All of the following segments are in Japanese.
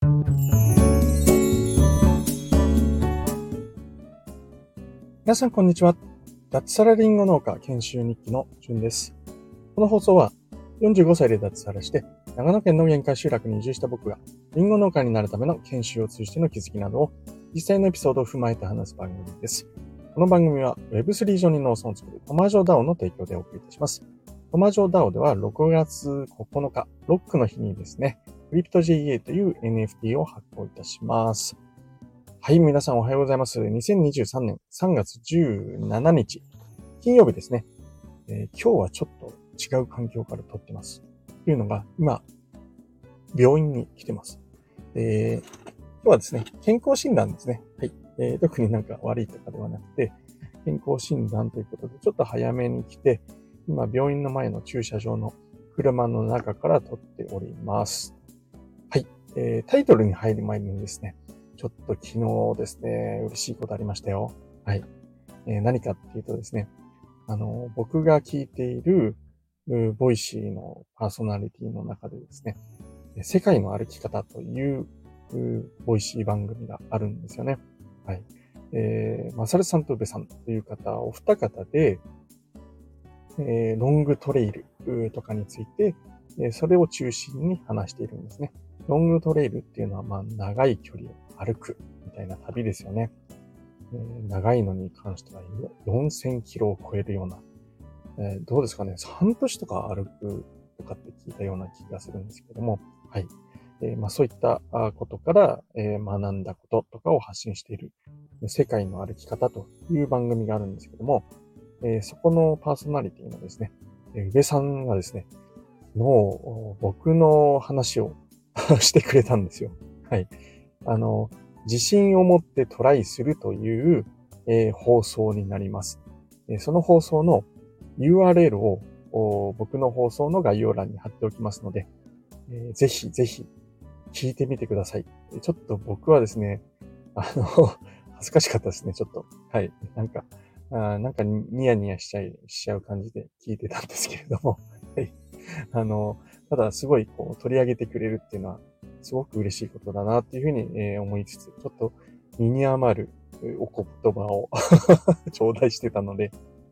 皆さんこんにちは。脱サラリンゴ農家研修日記のじゅんです。この放送は45歳で脱サラして長野県の限界集落に移住した僕がリンゴ農家になるための研修を通じての気づきなどを実際のエピソードを踏まえて話す番組です。この番組は Web3 上に農村を作るトマジョ DAO の提供でお送りいたします。トマジョ DAO では6月9日、ロックの日にですね、クリプト JA という NFT を発行いたします。はい、皆さんおはようございます。2023年3月17日、金曜日ですね。今日はちょっと違う環境から撮ってます。というのが、今、病院に来てます。今日はですね、健康診断ですね。はい。特になんか悪いとかではなくて、健康診断ということで、ちょっと早めに来て、今、病院の前の駐車場の車の中から撮っております。はい。タイトルに入る前にですね、ちょっと昨日ですね、嬉しいことありましたよ。はい。何かっていうとですね、僕が聞いている、ボイシーのパーソナリティの中でですね、世界の歩き方という、ボイシー番組があるんですよね。はい。マサルさんと宇部さんという方、お二方で、ロングトレイルとかについて、それを中心に話しているんですね。ロングトレイルっていうのは、長い距離を歩くみたいな旅ですよね。長いのに関しては4000キロを超えるような、どうですかね、半年とか歩くとかって聞いたような気がするんですけども、はい。そういったことから、学んだこととかを発信している世界の歩き方という番組があるんですけども、そこのパーソナリティのですね、宇部さんがですね、僕の話をしてくれたんですよ。はい。自信を持ってトライするという、放送になります。その放送の URL を僕の放送の概要欄に貼っておきますので、ぜひぜひ聞いてみてください。ちょっと僕はですね、恥ずかしかったですね、ちょっと。はい。なんかニヤニヤしちゃう感じで聞いてたんですけれども、はい。ただすごい取り上げてくれるっていうのは、すごく嬉しいことだなっていうふうに思いつつ、ちょっと身に余るお言葉を頂戴してたので、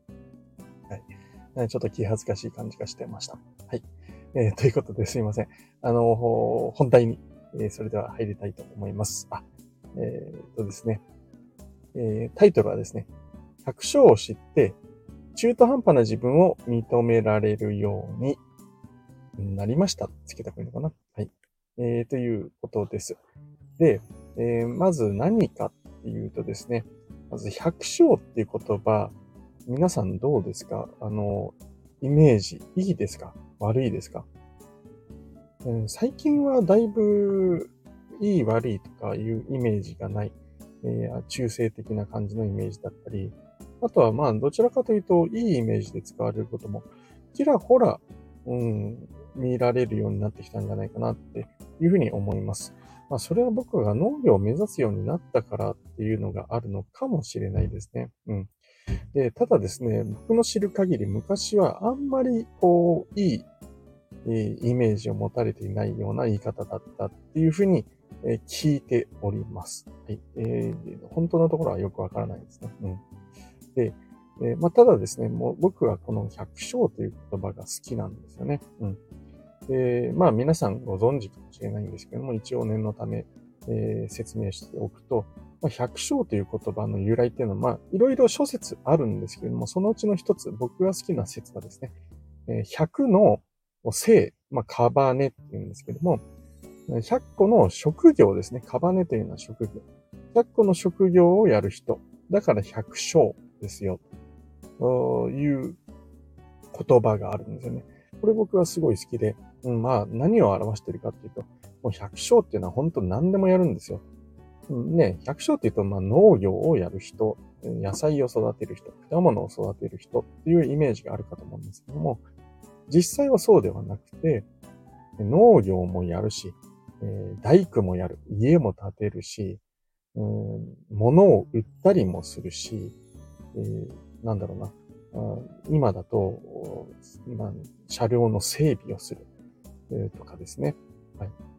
はい。ちょっと気恥ずかしい感じがしてました。はい。ということですいません。本題に、それでは入りたいと思います。ですね。タイトルはですね、100章を知って、中途半端な自分を認められるようになりました。つけた方がいいのかな。はい。ということです。で、まず何かっていうとですね、まず100章っていう言葉、皆さんどうですか？イメージ、いいですか？悪いですか？最近はだいぶいい悪いとかいうイメージがない、中性的な感じのイメージだったり、あとはどちらかというといいイメージで使われることもちらほら、見られるようになってきたんじゃないかなっていうふうに思います。それは僕が農業を目指すようになったからっていうのがあるのかもしれないですね。で、ただですね、僕の知る限り昔はあんまりいいイメージを持たれていないような言い方だったっていうふうに聞いております。はい。本当のところはよくわからないですね。で、ただですね、もう僕はこの百姓という言葉が好きなんですよね。で、皆さんご存知かもしれないんですけども、一応念のため、説明しておくと、百姓という言葉の由来っていうのは、いろいろ諸説あるんですけれども、そのうちの一つ、僕が好きな説はですね、100の生、カバネっていうんですけども、100個の職業ですね。カバネというのは職業。100個の職業をやる人。だから百姓ですよ。という言葉があるんですよね。これ僕はすごい好きで、何を表しているかっていうと、もう百姓っていうのは本当何でもやるんですよ。百姓っていうと、農業をやる人、野菜を育てる人、果物を育てる人っていうイメージがあるかと思うんですけども、実際はそうではなくて、農業もやるし、大工もやる、家も建てるし、物を売ったりもするし、なんだろうな、今だと、車両の整備をする、とかですね。はい。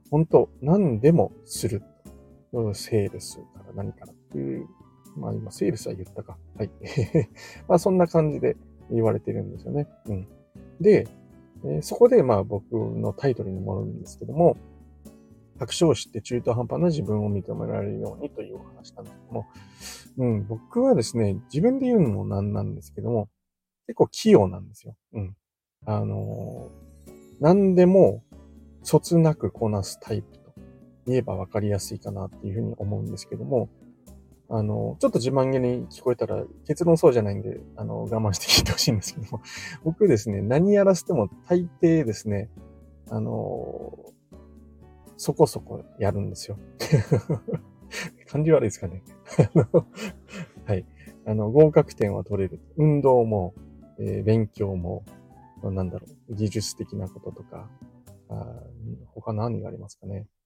本当何でもする。セールスから何からっていう、まあ今セールスは言ったか。はい。まあそんな感じで言われてるんですよね。うん。で、そこでまあ僕のタイトルに戻るんですけども、確証を知って中途半端な自分を認められるようにというお話なんですけども、僕はですね、自分で言うのもなんなんですけども、結構器用なんですよ。何でも、そつなくこなすタイプと言えば分かりやすいかなっていうふうに思うんですけども、ちょっと自慢げに聞こえたら、結論そうじゃないんで、我慢して聞いてほしいんですけども、僕ですね、何やらせても大抵ですね、あの、そこそこやるんですよ。感じ悪いですかね。はい。合格点は取れる。運動も、勉強も、技術的なこととか、他何がありますかね。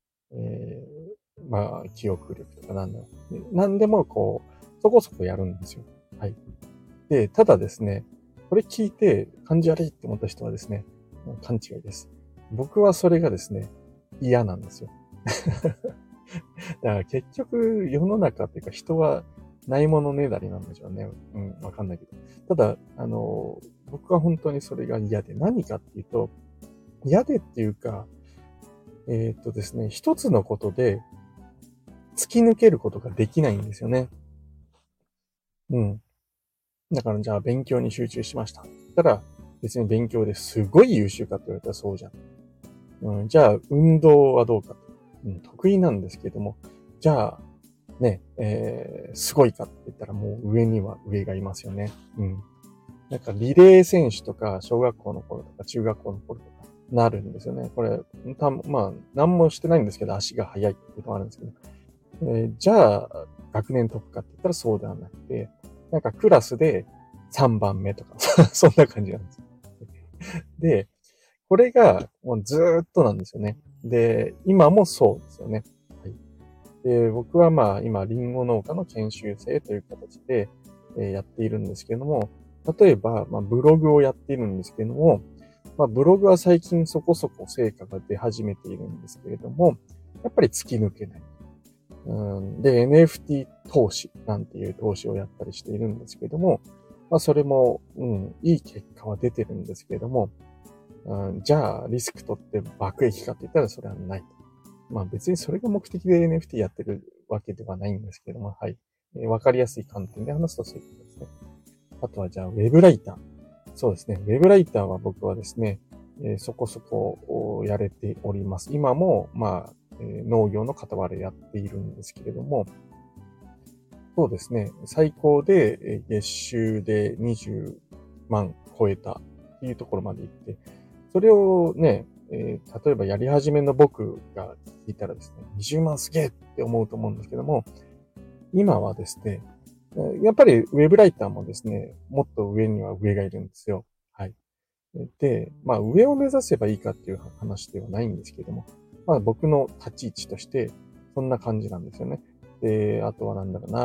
記憶力とか何でもそこそこやるんですよ。はい。で、ただですね、これ聞いて感じ悪いって思った人はですね、勘違いです。僕はそれがですね、嫌なんですよ。だから結局世の中っていうか人はないものねだりなんでしょうね。わかんないけど。ただ、僕は本当にそれが嫌で、何かっていうと、嫌でっていうか、ですね、一つのことで突き抜けることができないんですよね。うん。だからじゃあ勉強に集中しました。だったら別に勉強ですごい優秀かって言われたらそうじゃん。じゃあ運動はどうか。得意なんですけども、じゃあね、すごいかって言ったらもう上には上がいますよね。なんかリレー選手とか小学校の頃とか中学校の頃とかなるんですよね。これ、まあ、何もしてないんですけど足が速いっていうのがあるんですけど、じゃあ学年トップかって言ったらそうではなくて、なんかクラスで3番目とか、そんな感じなんですよ。で、これがもうずーっとなんですよね。で、今もそうですよね。はい。で、僕はまあ今、リンゴ農家の研修生という形で、やっているんですけれども、例えば、ブログをやっているんですけれども、ブログは最近そこそこ成果が出始めているんですけれども、やっぱり突き抜けない。で、NFT 投資なんていう投資をやったりしているんですけれども、それも、いい結果は出てるんですけれども、じゃあ、リスク取って爆益かって言ったらそれはない。別にそれが目的で NFT やってるわけではないんですけども、はい。わかりやすい観点で話すとそういうことですね。あとはじゃあ、ウェブライター。そうですね。ウェブライターは僕はですね、そこそこやれております。今も、農業の傍らやっているんですけれども、そうですね。最高で月収で20万超えたっていうところまで行って、それをね、例えばやり始めの僕が聞いたらですね、20万すげえって思うと思うんですけども、今はですね、やっぱりウェブライターもですね、もっと上には上がいるんですよ。はい。で、上を目指せばいいかっていう話ではないんですけども、僕の立ち位置として、そんな感じなんですよね。で、あとは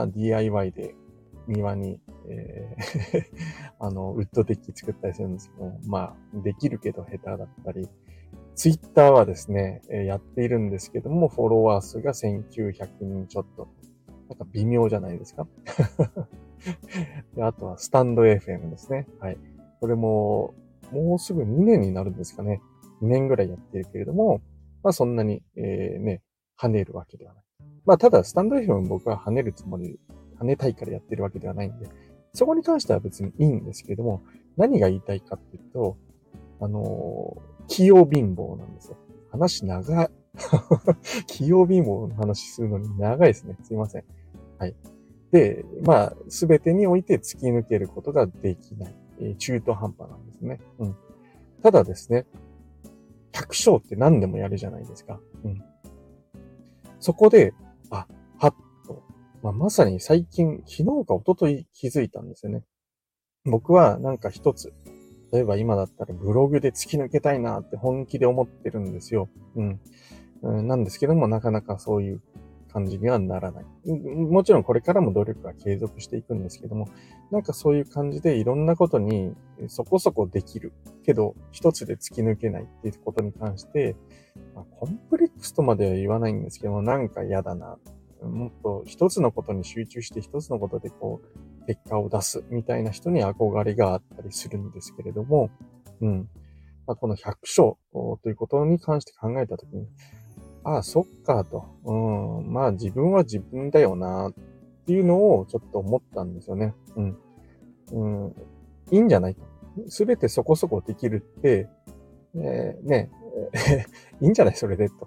DIY で庭に、ウッドデッキ作ったりするんですけども、できるけど下手だったり、ツイッターはですね、やっているんですけども、フォロワー数が1900人ちょっと。なんか微妙じゃないですか。であとはスタンド FM ですね。はい。これも、もうすぐ2年になるんですかね。2年ぐらいやってるけれども、そんなに、跳ねるわけではない。ただ、スタンド FM 僕は跳ねるつもり、跳ねたいからやってるわけではないんで、そこに関しては別にいいんですけれども、何が言いたいかっていうと、器用貧乏なんですよ。話長い。器用貧乏の話するのに長いですね。すいません。はい。で、すべてにおいて突き抜けることができない。中途半端なんですね。ただですね、100章って何でもやるじゃないですか。そこで、はっと、まさに最近、昨日か一昨日気づいたんですよね。僕はなんか一つ、例えば今だったらブログで突き抜けたいなって本気で思ってるんですよ。なんですけども、なかなかそういう感じにはならない。もちろんこれからも努力は継続していくんですけども、なんかそういう感じでいろんなことにそこそこできるけど、一つで突き抜けないっていうことに関して、コンプレックスとまでは言わないんですけども、なんか嫌だな。もっと一つのことに集中して一つのことで結果を出すみたいな人に憧れがあったりするんですけれども、この100章ということに関して考えたときに、そっかと。自分は自分だよなっていうのをちょっと思ったんですよね。いいんじゃないと。すべてそこそこできるって、いいんじゃないそれでと。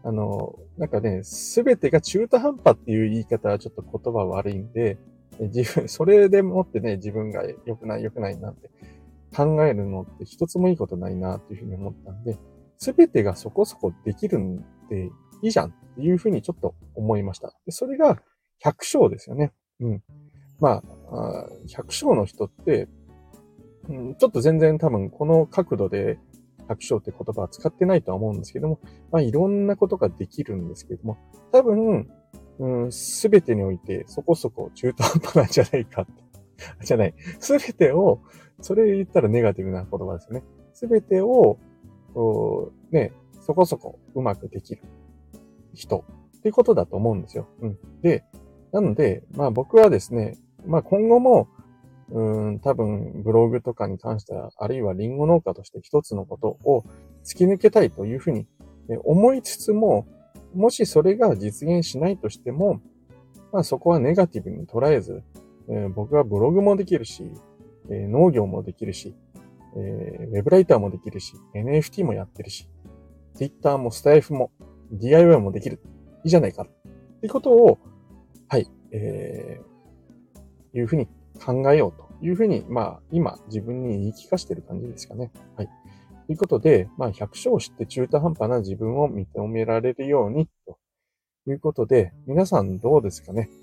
すべてが中途半端っていう言い方はちょっと言葉悪いんで、それでもってね、自分が良くないなんて考えるのって一つもいいことないなっていうふうに思ったんで、すべてがそこそこできるんでいいじゃんっていうふうにちょっと思いました。でそれが100章ですよね。100章の人って、ちょっと全然多分この角度で100章って言葉は使ってないとは思うんですけども、いろんなことができるんですけども、多分、すべてにおいてそこそこ中途半端なんじゃないかって。じゃない。すべてを、それ言ったらネガティブな言葉ですよね。すべてを、そこそこうまくできる人っていうことだと思うんですよ。で、なので、僕はですね、今後も、多分ブログとかに関しては、あるいはリンゴ農家として一つのことを突き抜けたいというふうに思いつつも、もしそれが実現しないとしても、そこはネガティブに捉えず、僕はブログもできるし、農業もできるし、ウェブライターもできるし、NFT もやってるし、Twitter もスタイフも DIY もできる。いいじゃないか。っていうことを、いうふうに考えようというふうに、今自分に言い聞かせてる感じですかね。はい。ということで、100章を知って中途半端な自分を認められるように、ということで、皆さんどうですかね。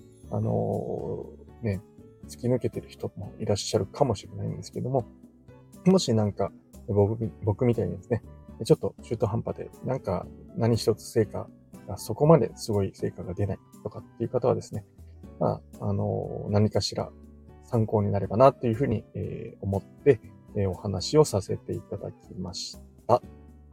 突き抜けてる人もいらっしゃるかもしれないんですけども、もし僕みたいにですね、ちょっと中途半端で、何一つ成果がそこまですごい成果が出ないとかっていう方はですね、何かしら参考になればなっていうふうに、思って、お話をさせていただきました。はい。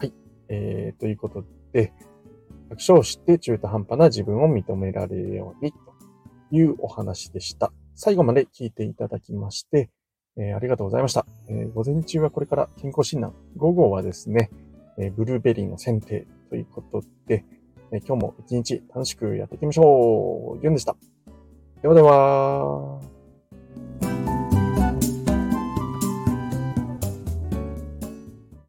ということで、100章を知って中途半端な自分を認められるようにというお話でした。最後まで聞いていただきまして、ありがとうございました。午前中はこれから健康診断、午後はですね、ブルーベリーの剪定ということで、今日も一日楽しくやっていきましょう。じゅんでした。ではでは。